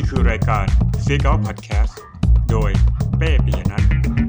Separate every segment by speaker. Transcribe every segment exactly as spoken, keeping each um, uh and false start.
Speaker 1: คือรายการ Seek Out Podcast โดยเป้ปิยนัท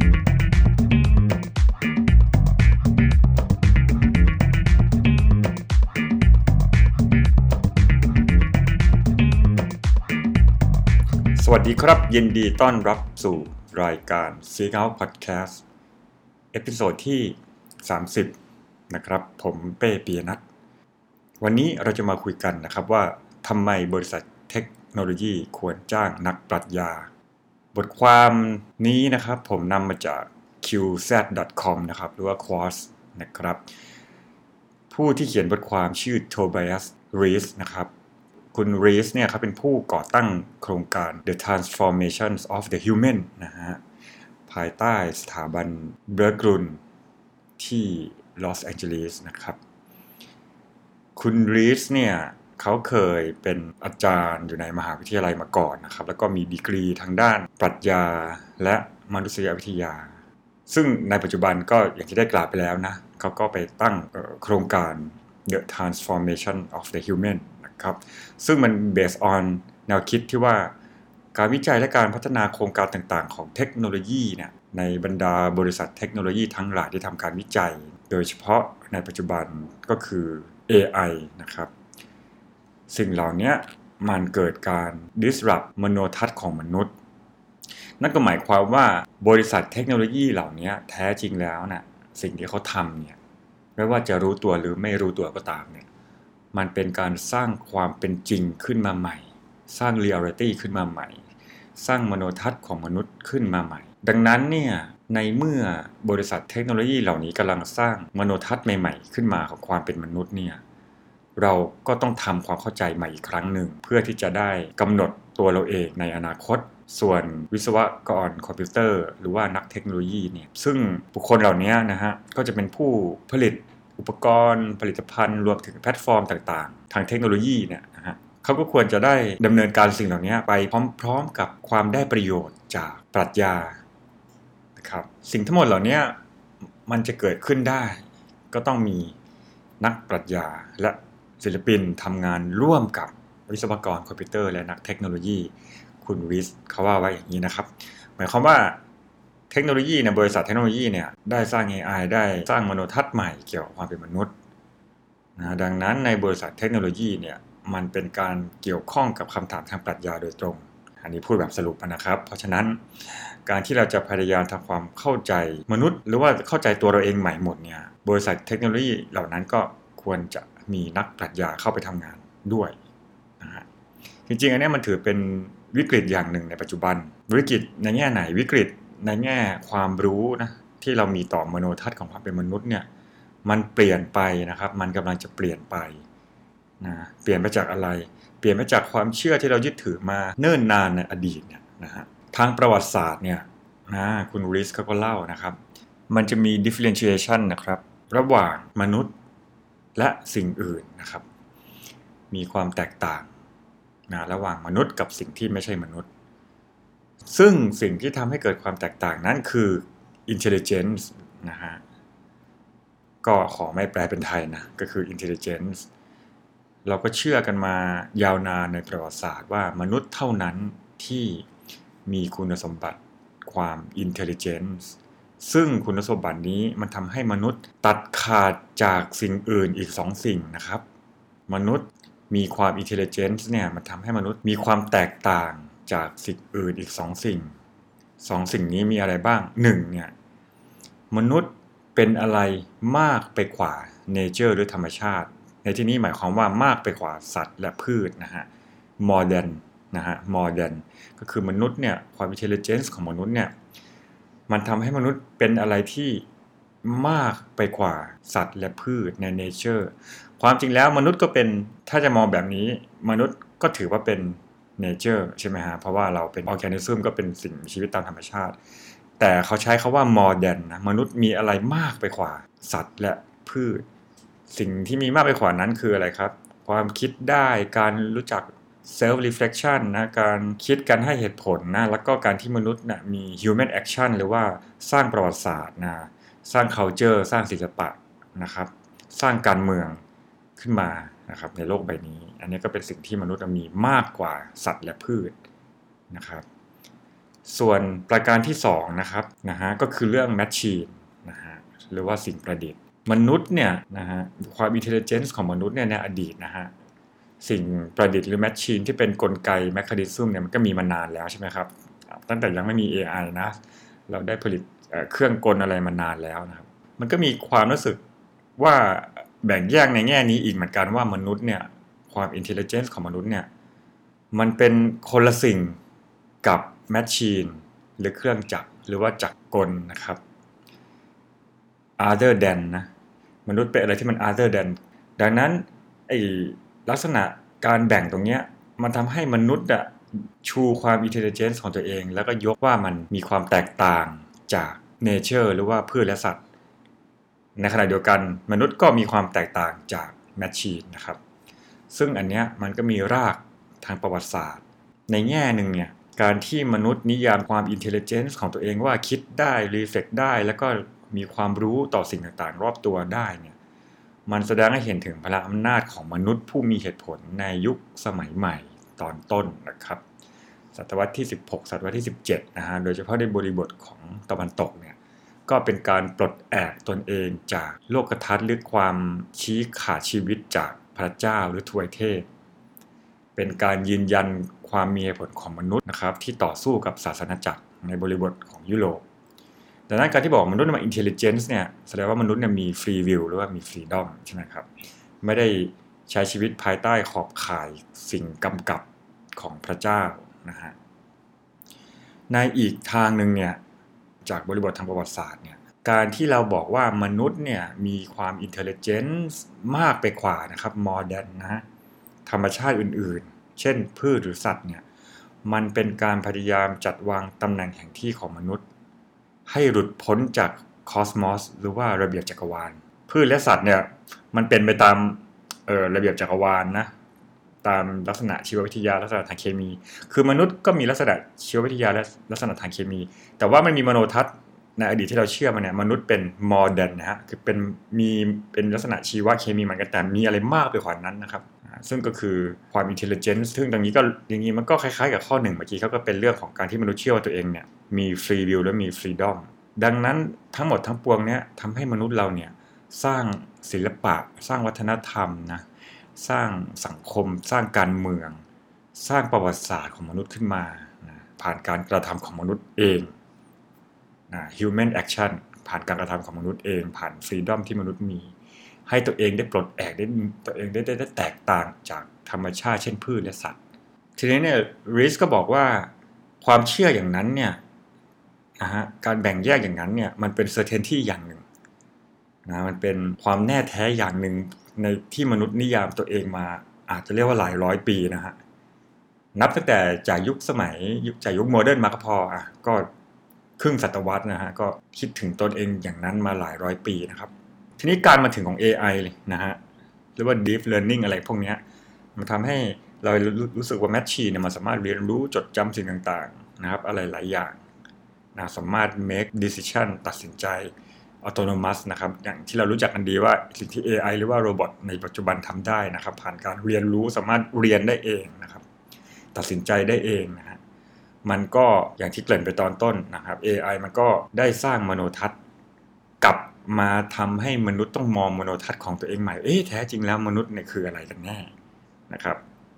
Speaker 1: สวัสดีครับยินดีต้อนรับสู่รายการ Seek Out Podcast เอพิโซดที่สามสิบนะครับผมเป้ปิยนัทวันนี้เราจะมาคุยกันนะครับว่าทำไมบริษัทเทคโนโลยีควรจ้างนักปรัชญาบทความนี้นะครับผมนำมาจาก คิว แซด ดอท คอม นะครับหรือว่า Quartz นะครับผู้ที่เขียนบทความชื่อโทไบอัส รีสนะครับคุณรีสเนี่ยเขาเป็นผู้ก่อตั้งโครงการ The Transformation of the Human นะฮะภายใต้สถาบันเบิร์กรุนที่ลอสแองเจลิสนะครับคุณรีสเนี่ยเขาเคยเป็นอาจารย์อยู่ในมหาวิทยาลัยมาก่อนนะครับแล้วก็มีดีกรีทางด้านปรัชญาและมนุษยวิทยาซึ่งในปัจจุบันก็อย่างที่ได้กล่าวไปแล้วนะเขาก็ไปตั้งโครงการ The Transformation of the Human นะครับซึ่งมัน based on แนวคิดที่ว่าการวิจัยและการพัฒนาโครงการต่างๆของเทคโนโลยีเนี่ยในบรรดาบริษัทเทคโนโลยีทั้งหลายที่ทำการวิจัยโดยเฉพาะในปัจจุบันก็คือ เอ ไอ นะครับสิ่งเหล่านี้มันเกิดการ disrupt มโนทัศน์ของมนุษย์นั่นก็หมายความว่าบริษัทเทคโนโลยีเหล่านี้แท้จริงแล้วนะสิ่งที่เขาทำเนี่ยไม่ว่าจะรู้ตัวหรือไม่รู้ตัวก็ตามเนี่ยมันเป็นการสร้างความเป็นจริงขึ้นมาใหม่สร้าง reality ขึ้นมาใหม่สร้างมโนทัศน์ของมนุษย์ขึ้นมาใหม่ดังนั้นเนี่ยในเมื่อบริษัทเทคโนโลยีเหล่านี้กำลังสร้างมโนทัศน์ใหม่ๆขึ้นมาของความเป็นมนุษย์เนี่ยเราก็ต้องทำความเข้าใจใหม่อีกครั้งหนึ่งเพื่อที่จะได้กำหนดตัวเราเองในอนาคตส่วนวิศวกรคอมพิวเตอร์หรือว่านักเทคโนโลยีเนี่ยซึ่งบุคคลเหล่านี้นะฮะก็จะเป็นผู้ผลิตอุปกรณ์ผลิตภัณฑ์รวมถึงแพลตฟอร์มต่างๆทางเทคโนโลยีเนี่ยนะฮะเขาก็ควรจะได้ดำเนินการสิ่งเหล่านี้ไปพร้อมๆกับความได้ประโยชน์จากปรัชญานะครับสิ่งทั้งหมดเหล่านี้มันจะเกิดขึ้นได้ก็ต้องมีนักปรัชญาและศิลปินทำงานร่วมกับวิศวกรคอมพิวเตอร์และนักเทคโนโลยีคุณวิสเขาว่าไว้อย่างนี้นะครับหมายความว่าเทคโนโลยีในบริษัทเทคโนโลยีเนี่ยได้สร้าง เอ ไอ ได้สร้างมโนทัศน์ใหม่เกี่ยวกับความเป็นมนุษย์นะดังนั้นในบริษัทเทคโนโลยีเนี่ยมันเป็นการเกี่ยวข้องกับคำถามทางปรัชญาโดยตรงอันนี้พูดแบบสรุปนะครับเพราะฉะนั้นการที่เราจะพยายามทำความเข้าใจมนุษย์หรือว่าเข้าใจตัวเราเองใหม่หมดเนี่ยบริษัทเทคโนโลยีเหล่านั้นก็ควรจะมีนักปรัชญาเข้าไปทำงานด้วยนะฮะจริงๆอันนี้มันถือเป็นวิกฤตอย่างหนึ่งในปัจจุบันวิกฤตในแง่ไหนวิกฤตในแง่ความรู้นะที่เรามีต่อมโนทัศน์ของความเป็นมนุษย์เนี่ยมันเปลี่ยนไปนะครับมันกำลังจะเปลี่ยนไปนะเปลี่ยนไปจากอะไรเปลี่ยนไปจากความเชื่อที่เรายึดถือมาเนิ่นนานในอดีตเนี่ยนะฮะทางประวัติศาสตร์เนี่ยนะคุณริสเขาก็เล่านะครับมันจะมี differentiation นะครับระหว่างมนุษย์และสิ่งอื่นนะครับมีความแตกต่างนะระหว่างมนุษย์กับสิ่งที่ไม่ใช่มนุษย์ซึ่งสิ่งที่ทำให้เกิดความแตกต่างนั้นคือ intelligence นะฮะก็ขอไม่แปลเป็นไทยนะก็คือ intelligence เราก็เชื่อกันมายาวนานในประวัติศาสตร์ว่ามนุษย์เท่านั้นที่มีคุณสมบัติความ intelligence ซึ่งคุณสมบัตินี้มันทำให้มนุษย์ตัดขาดจากสิ่งอื่นอีกสองสิ่งนะครับมนุษย์มีความ intelligence เนี่ยมันทำให้มนุษย์มีความแตกต่างจากสิ่งอื่นอีกสองสิ่งสองสิ่งนี้มีอะไรบ้างหนึ่งเนี่ยมนุษย์เป็นอะไรมากไปกว่า nature หรือธรรมชาติในที่นี้หมายความว่ามากไปกว่าสัตว์และพืชนะฮะ more than นะฮะ more than ก็คือมนุษย์เนี่ยความ intelligence ของมนุษย์เนี่ยมันทำให้มนุษย์เป็นอะไรที่มากไปกว่าสัตว์และพืชใน nature ความจริงแล้วมนุษย์ก็เป็นถ้าจะมองแบบนี้มนุษย์ก็ถือว่าเป็น nature ใช่ไหมฮะเพราะว่าเราเป็น organism ก็เป็นสิ่งมีชีวิตตามธรรมชาติแต่เขาใช้คำว่า more than นะมนุษย์มีอะไรมากไปกว่าสัตว์และพืชสิ่งที่มีมากไปกว่านั้นคืออะไรครับความคิดได้การรู้จัก self reflection นะการคิดการให้เหตุผลนะแล้วก็การที่มนุษย์นะมี human action หรือว่าสร้างประวัติศาสตร์นะสร้าง culture สร้างศิลปะนะครับสร้างการเมืองขึ้นมานะครับในโลกใบนี้อันนี้ก็เป็นสิ่งที่มนุษย์มีมากกว่าสัตว์และพืชนะครับส่วนประการที่สองนะครับนะฮะก็คือเรื่อง Machine นะฮะหรือว่าสิ่งประดิษฐ์มนุษย์เนี่ยนะฮะความ intelligence ของมนุษย์เนี่ยในอดีตนะฮะสิ่งประดิษฐ์หรือ Machine ที่เป็นกลไก mechanism เนี่ยมันก็มีมานานแล้วใช่ไหมครับตั้งแต่ยังไม่มี เอ ไอ นะเราได้ผลิตเครื่องกลอะไรมานานแล้วนะครับมันก็มีความรู้สึกว่าแบ่งแยกในแง่นี้อีกเหมือนกันว่ามนุษย์เนี่ยความ intelligence ของมนุษย์เนี่ยมันเป็นคนละสิ่งกับแมชชีนหรือเครื่องจักรหรือว่าจักรกลนะครับ other than นะมนุษย์เป็นอะไรที่มัน other than ดังนั้นไอ้ลักษณะการแบ่งตรงเนี้ยมันทำให้มนุษย์อะชูความ intelligence ของตัวเองแล้วก็ยกว่ามันมีความแตกต่างจาก nature หรือว่าพืชและสัตว์ในขณะเดียวกันมนุษย์ก็มีความแตกต่างจาก machine นะครับซึ่งอันเนี้ยมันก็มีรากทางประวัติศาสตร์ในแง่หนึ่งเนี่ยการที่มนุษย์นิยามความ intelligence ของตัวเองว่าคิดได้ reflect ได้แล้วก็มีความรู้ต่อสิ่งต่างๆรอบตัวได้เนี่ยมันแสดงให้เห็นถึงพลังอำนาจของมนุษย์ผู้มีเหตุผลในยุคสมัยใหม่ตอนต้นนะครับศตวรรษที่สิบหกศตวรรษที่สิบเจ็ดนะฮะโดยเฉพาะในบริบทของตะวันตกเนี่ยก็เป็นการปลดแอกตนเองจากโลกทัศน์หรือความชี้ขาดชีวิตจากพระเจ้าหรือทวยเทพเป็นการยืนยันความมีเหตุผลของมนุษย์นะครับที่ต่อสู้กับศาสนาจักรในบริบทของยุโรปดังนั้นการที่บอกมนุษย์มี intelligence เนี่ยแสดงว่ามนุษย์เนี่ยมี free will หรือว่ามี freedom ใช่ไหมครับไม่ได้ใช้ชีวิตภายใต้ขอบข่ายสิ่งกำกับของพระเจ้านะฮะในอีกทางหนึ่งเนี่ยจากบริบททางประวัติศาสตร์เนี่ยการที่เราบอกว่ามนุษย์เนี่ยมีความ intelligence มากไปกว่านะครับ more than นะฮะธรรมชาติอื่นๆเช่นพืชหรือสัตว์เนี่ยมันเป็นการพยายามจัดวางตำแหน่งแห่งที่ของมนุษย์ให้หลุดพ้นจากคอสมอสหรือว่าระเบียบจักรวาลพืชและสัตว์เนี่ยมันเป็นไปตามเอ่อระเบียบจักรวาลนะตามลักษณะชีววิทยาลักษณะทางเคมีคือมนุษย์ก็มีลักษณะชีววิทยาและลักษณะทางเคมีแต่ว่ามันมีมโนทัศน์ในอดีตที่เราเชื่อมาเนี่ยมนุษย์เป็นโมเดิร์นนะฮะคือเป็นมีเป็นลักษณะชีวเคมีเหมือนกันแต่มีอะไรมากไปกว่านั้นนะครับซึ่งก็คือความ intelligence ซึ่งตรงนี้ก็อย่างนี้มันก็คล้ายๆกับข้อหนึ่งเมื่อกี้เขาก็เป็นเรื่องของการที่มนุษย์เชื่อว่าตัวเองเนี่ยมี free will และมี freedom ดังนั้นทั้งหมดทั้งปวงเนี่ยทำให้มนุษย์เราเนี่ยสร้างศิลปะสร้างวัฒนธรรมนะสร้างสังคมสร้างการเมืองสร้างประวัติศาสตร์ของมนุษย์ขึ้นมานะผ่านการกระทำของมนุษย์เองนะ human action ผ่านการกระทำของมนุษย์เองผ่าน freedom ที่มนุษย์มีให้ตัวเองได้ปลดแอกได้ตัวเองได้ได้ได้แตกต่างจากธรรมชาติเช่นพืชและสัตว์ทีนี้เนี่ยริสก็บอกว่าความเชื่ออย่างนั้นเนี่ยนะฮะการแบ่งแยกอย่างนั้นเนี่ยมันเป็น certainty อย่างหนึ่งนะมันเป็นความแน่แท้อย่างหนึ่งในที่มนุษย์นิยามตัวเองมาอาจจะเรียกว่าหลายร้อยปีนะฮะนับตั้งแต่จากยุคสมัยจากยุคโมเดิร์นมาก็พออ่ะก็ครึ่งศตวรรษนะฮะก็คิดถึงตนเองอย่างนั้นมาหลายร้อยปีนะครับทีนี้การมาถึงของ เอ ไอ นะฮะหรือว่า deep learning อะไรพวกนี้มันทำให้เรารู้สึกว่า machine เนี่ยมันสามารถเรียนรู้จดจำสิ่งต่างๆนะครับอะไรหลายอย่างนะสามารถ make decision ตัดสินใจ autonomous นะครับอย่างที่เรารู้จักกันดีว่าสิ่งที่ เอ ไอ หรือว่าโรบอทในปัจจุบันทำได้นะครับผ่านการเรียนรู้สามารถเรียนได้เองนะครับตัดสินใจได้เองนะฮะมันก็อย่างที่เกริ่นไปตอนต้นนะครับ เอ ไอ มันก็ได้สร้างมโนทัศน์กับมาทำให้มนุษย์ต้องมองมโนทัศน์ของตัวเองใหม่เอ๊ะแท้จริงแล้วมนุษย์เนี่ยคืออะไรกันแน่นะครับ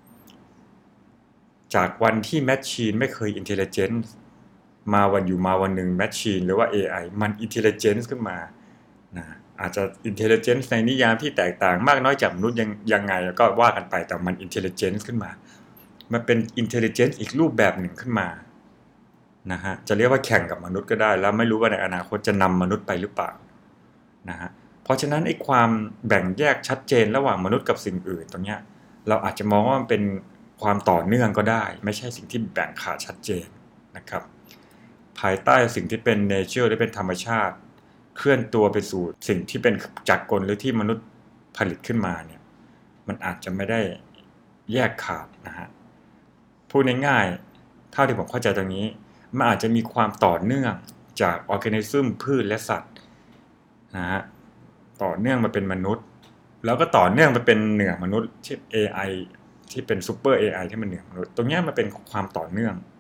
Speaker 1: จากวันที่แมชชีนไม่เคย intelligent มาวันอยู่มาวันหนึ่งแมชชีนหรือว่า เอ ไอ มัน intelligence ขึ้นมานะอาจจะ intelligence ในนิยามที่แตกต่างมากน้อยจากมนุษย์ยังยังไงก็ว่ากันไปแต่มัน intelligence ขึ้นมามันเป็น intelligence อีกรูปแบบหนึ่งขึ้นมานะฮะจะเรียกว่าแข่งกับมนุษย์ก็ได้แล้วไม่รู้ว่าในอนาคตจะนำมนุษย์ไปหรือเปล่านะฮะเพราะฉะนั้นไอ้ความแบ่งแยกชัดเจนระหว่างมนุษย์กับสิ่งอื่นตรงเนี้ยเราอาจจะมองว่ามันเป็นความต่อเนื่องก็ได้ไม่ใช่สิ่งที่แบ่งขาดชัดเจนนะครับภายใต้สิ่งที่เป็น nature หรือเป็นธรรมชาติเคลื่อนตัวไปสู่สิ่งที่เป็นจักรกลหรือที่มนุษย์ผลิตขึ้นมาเนี่ยมันอาจจะไม่ได้แยกขาดนะฮะพูดง่ายๆเท่าที่ผมเข้าใจตรงนี้มันอาจจะมีความต่อเนื่องจากออร์แกนิซึมพืชและสัตว์นะฮะต่อเนื่องมาเป็นมนุษย์แล้วก็ต่อเนื่องมาเป็นเหนือมนุษย์ที่ เอ ไอ ที่เป็นซูเปอร์ เอ ไอ ที่มันเหนือมนุษย์ตรงนี้มันเป็นความต่อเนื่อง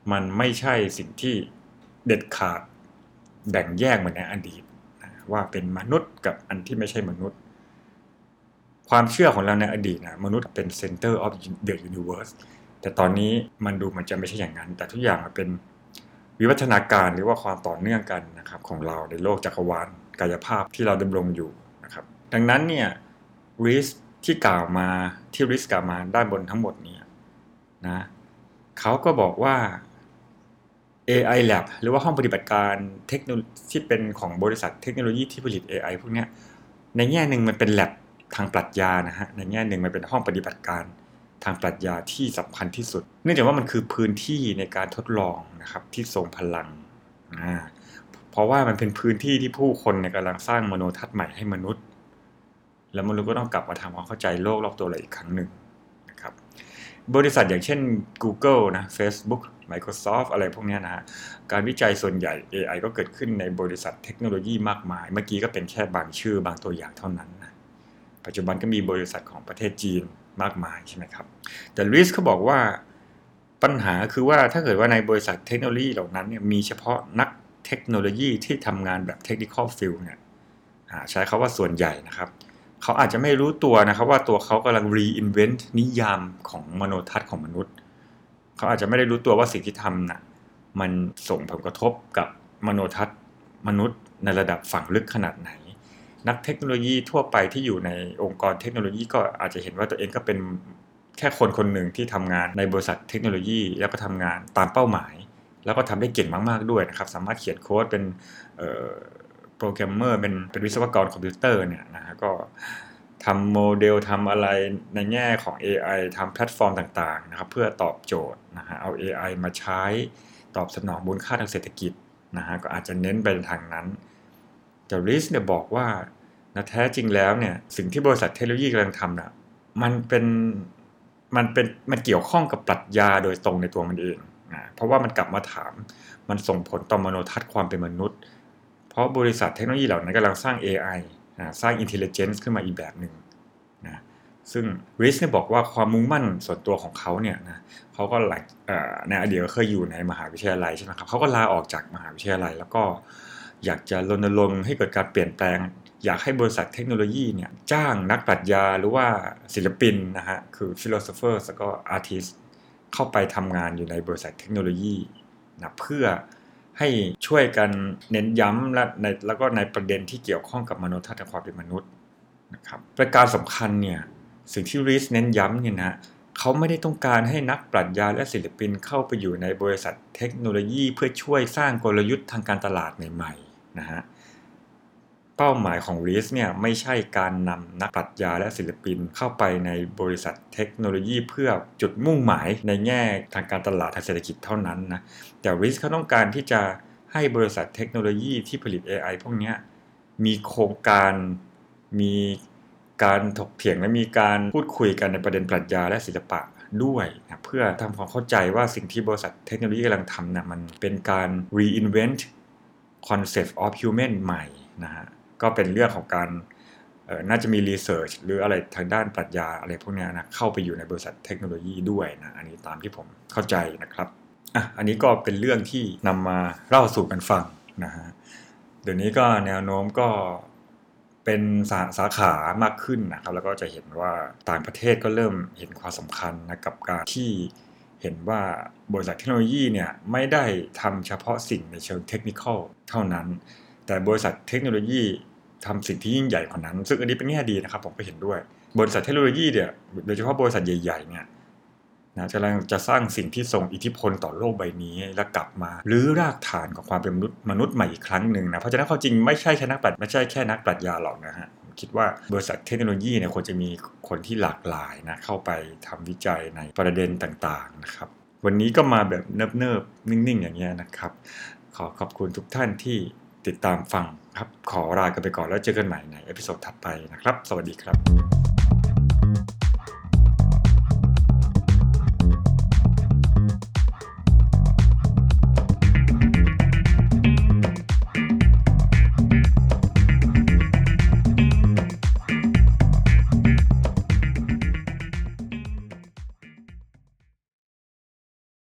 Speaker 1: มันไม่ใช่สิ่งที่เด็ดขาดแบ่งแยกเหมือนในอดีตนะว่าเป็นมนุษย์กับอันที่ไม่ใช่มนุษย์ความเชื่อของเราในอดีตนะมนุษย์เป็น center of the universe แต่ตอนนี้มันดูมันจะไม่ใช่อย่างนั้นแต่ทุกอย่างมันเป็นวิวัฒนาการหรือว่าความต่อเนื่องกันนะครับของเราในโลกจักรวาลกายภาพที่เราดำรงอยู่นะครับดังนั้นเนี่ยริสที่กล่าวมาที่ริสกล่าวมาด้านบนทั้งหมดเนี่ยนะเขาก็บอกว่า เอ ไอ Lab หรือว่าห้องปฏิบัติการเทคโนโลยีที่เป็นของบริษัทเทคโนโลยีที่ผลิต เอ ไอ พวกนี้ในแง่หนึ่งมันเป็น Lab ทางปรัชญานะฮะในแง่หนึ่งมันเป็นห้องปฏิบัติการทางปรัชญาที่สำคัญที่สุดเนื่องจากว่ามันคือพื้นที่ในการทดลองนะครับที่ทรงพลังอ่าเพราะว่ามันเป็นพื้นที่ที่ผู้คนเนี่ยกำลังสร้างมโนทัศน์ใหม่ให้มนุษย์แล้วมนุษย์ก็ต้องกลับมาทำความเข้าใจโลกรอบตัวเราอีกครั้งหนึ่งนะครับบริษัทอย่างเช่น Google นะ Facebook Microsoft อะไรพวกนี้นะฮะการวิจัยส่วนใหญ่ เอ ไอ ก็เกิดขึ้นในบริษัทเทคโนโลยีมากมายเมื่อกี้ก็เป็นแค่บางชื่อบางตัวอย่างเท่านั้นนะปัจจุบันก็มีบริษัทของประเทศจีนมากมายใช่ไหมครับแต่ลิสเขาบอกว่าปัญหาคือว่าถ้าเกิดว่าในบริษัทเทคโนโลยีเหล่านั้นเนี่ยมีเฉพาะนักเทคโนโลยีที่ทำงานแบบ technical field เนี่ยใช้คำว่าส่วนใหญ่นะครับเขาอาจจะไม่รู้ตัวนะครับว่าตัวเขากำลัง reinvent นิยามของมโนทัศน์ของมนุษย์เขาอาจจะไม่ได้รู้ตัวว่าสิ่งที่ทำนะมันส่งผลกระทบกับมโนทัศน์มนุษย์ในระดับฝังลึกขนาดไหนนักเทคโนโลยีทั่วไปที่อยู่ในองค์กรเทคโนโลยีก็อาจจะเห็นว่าตัวเองก็เป็นแค่คนคนหนึ่งที่ทำงานในบริษัทเทคโนโลยีแล้วก็ทำงานตามเป้าหมายแล้วก็ทำได้เก่งมากๆด้วยนะครับสามารถเขียนโค้ดเป็นโปรแกรมเมอร์เป็นเป็นวิศวกรคอมพิวเตอร์เนี่ยนะฮะก็ทำโมเดลทำอะไรในแง่ของ เอ ไอ ทำแพลตฟอร์มต่างๆนะครับเพื่อตอบโจทย์นะฮะเอา เอ ไอ มาใช้ตอบสนองมูลค่าทางเศรษฐกิจนะฮะก็อาจจะเน้นไปทางนั้นแต่ริสเนี่ยบอกว่านะแท้จริงแล้วเนี่ยสิ่งที่บริษัทเทคโนโลยีกำลังทำนะมันเป็นมันเป็นมันเกี่ยวข้องกับปรัชญาโดยตรงในตัวมันเองนะเพราะว่ามันกลับมาถามมันส่งผลต่อมโนทัศน์ความเป็นมนุษย์เพราะบริษัทเทคโนโลยีเหล่านั้นกำลังสร้าง เอ ไอ นะสร้าง intelligence ขึ้นมาอีกแบบหนึ่งนะซึ่งริสเนี่ยบอกว่าความมุ่งมั่นส่วนตัวของเขาเนี่ยนะเขาก็หลังในอดีตก็เคยอยู่ในมหาวิทยาลัยใช่ไหมครับเขาก็ลาออกจากมหาวิทยาลัยแล้วก็อยากจะรณรงค์ให้เกิดการเปลี่ยนแปลงอยากให้บริษัทเทคโนโลยีเนี่ยจ้างนักปรัชญาหรือว่าศิลปินนะฮะคือ philosophers แล้วก็ artist เข้าไปทำงานอยู่ในบริษัทเทคโนโลยีนะเพื่อให้ช่วยกันเน้นย้ำและในแล้วก็ในประเด็นที่เกี่ยวข้องกับมโนทัศน์ความเป็นมนุษย์นะครับประการสำคัญเนี่ยสิ่งที่ริสเน้นย้ำเนี่ยนะเขาไม่ได้ต้องการให้นักปรัชญาและศิลปินเข้าไปอยู่ในบริษัทเทคโนโลยีเพื่อช่วยสร้างกลยุทธ์ทางการตลาดใหม่ๆนะฮะเป้าหมายของริสเนี่ยไม่ใช่การนำนักปรัชญาและศิลปินเข้าไปในบริษัทเทคโนโลยีเพื่อจุดมุ่งหมายในแง่ทางการตลาดทางเศรษฐกิจเท่านั้นนะแต่ริสเขาต้องการที่จะให้บริษัทเทคโนโลยีที่ผลิต เอ ไอ พวกนี้มีโครงการมีการถกเถียงและมีการพูดคุยกันในประเด็นปรัชญาและศิลปะด้วยนะเพื่อทำความเข้าใจว่าสิ่งที่บริษัทเทคโนโลยีกำลังทำนะมันเป็นการ reinvent concept of human ใหม่นะฮะก็เป็นเรื่องของการน่าจะมี research หรืออะไรทางด้านปรัชญาอะไรพวกนี้นะเข้าไปอยู่ในบริษัทเทคโนโลยีด้วยนะอันนี้ตามที่ผมเข้าใจนะครับอ่ะอันนี้ก็เป็นเรื่องที่นำมาเล่าสู่กันฟังนะฮะเดี๋ยวนี้ก็แนวโน้มก็เป็นสาสาขามากขึ้นนะครับแล้วก็จะเห็นว่าต่างประเทศก็เริ่มเห็นความสำคัญนะกับการที่เห็นว่าบริษัทเทคโนโลยีเนี่ยไม่ได้ทำเฉพาะสิ่งในเชิงเทคนิคอลเท่านั้นแต่บริษัทเทคโนโลยีทำสิ่งที่ยิ่งใหญ่กว่านั้นซึ่งอันนี้เป็นแง่ดีนะครับผมก็เห็นด้วยบริษัทเทคโนโลยีเนี่ยโดยเฉพาะบริษัทใหญ่ๆเนี่ยนะจะจะสร้างสิ่งที่ส่งอิทธิพลต่อโลกใบนี้และกลับมารื้อรากฐานของความเป็นมนุษย์มนุษย์ใหม่อีกครั้งหนึ่งนะเพราะฉะนั้นข้อจริงไม่ใช่แค่นักปรัชญาไม่ใช่แค่นักปรัชญาหรอกนะฮะผมคิดว่าบริษัทเทคโนโลยีเนี่ยควรจะมีคนที่หลากหลายนะเข้าไปทำวิจัยในประเด็นต่างๆนะครับวันนี้ก็มาแบบเนิบๆนิ่งๆอย่างเงี้ยนะครับขอขอบคุณทุกท่านที่ติดตามฟังครับขอลากันไปก่อนแล้วเจอกันใหม่ในเอพิโซดถัดไปนะครับสวัสดีครับ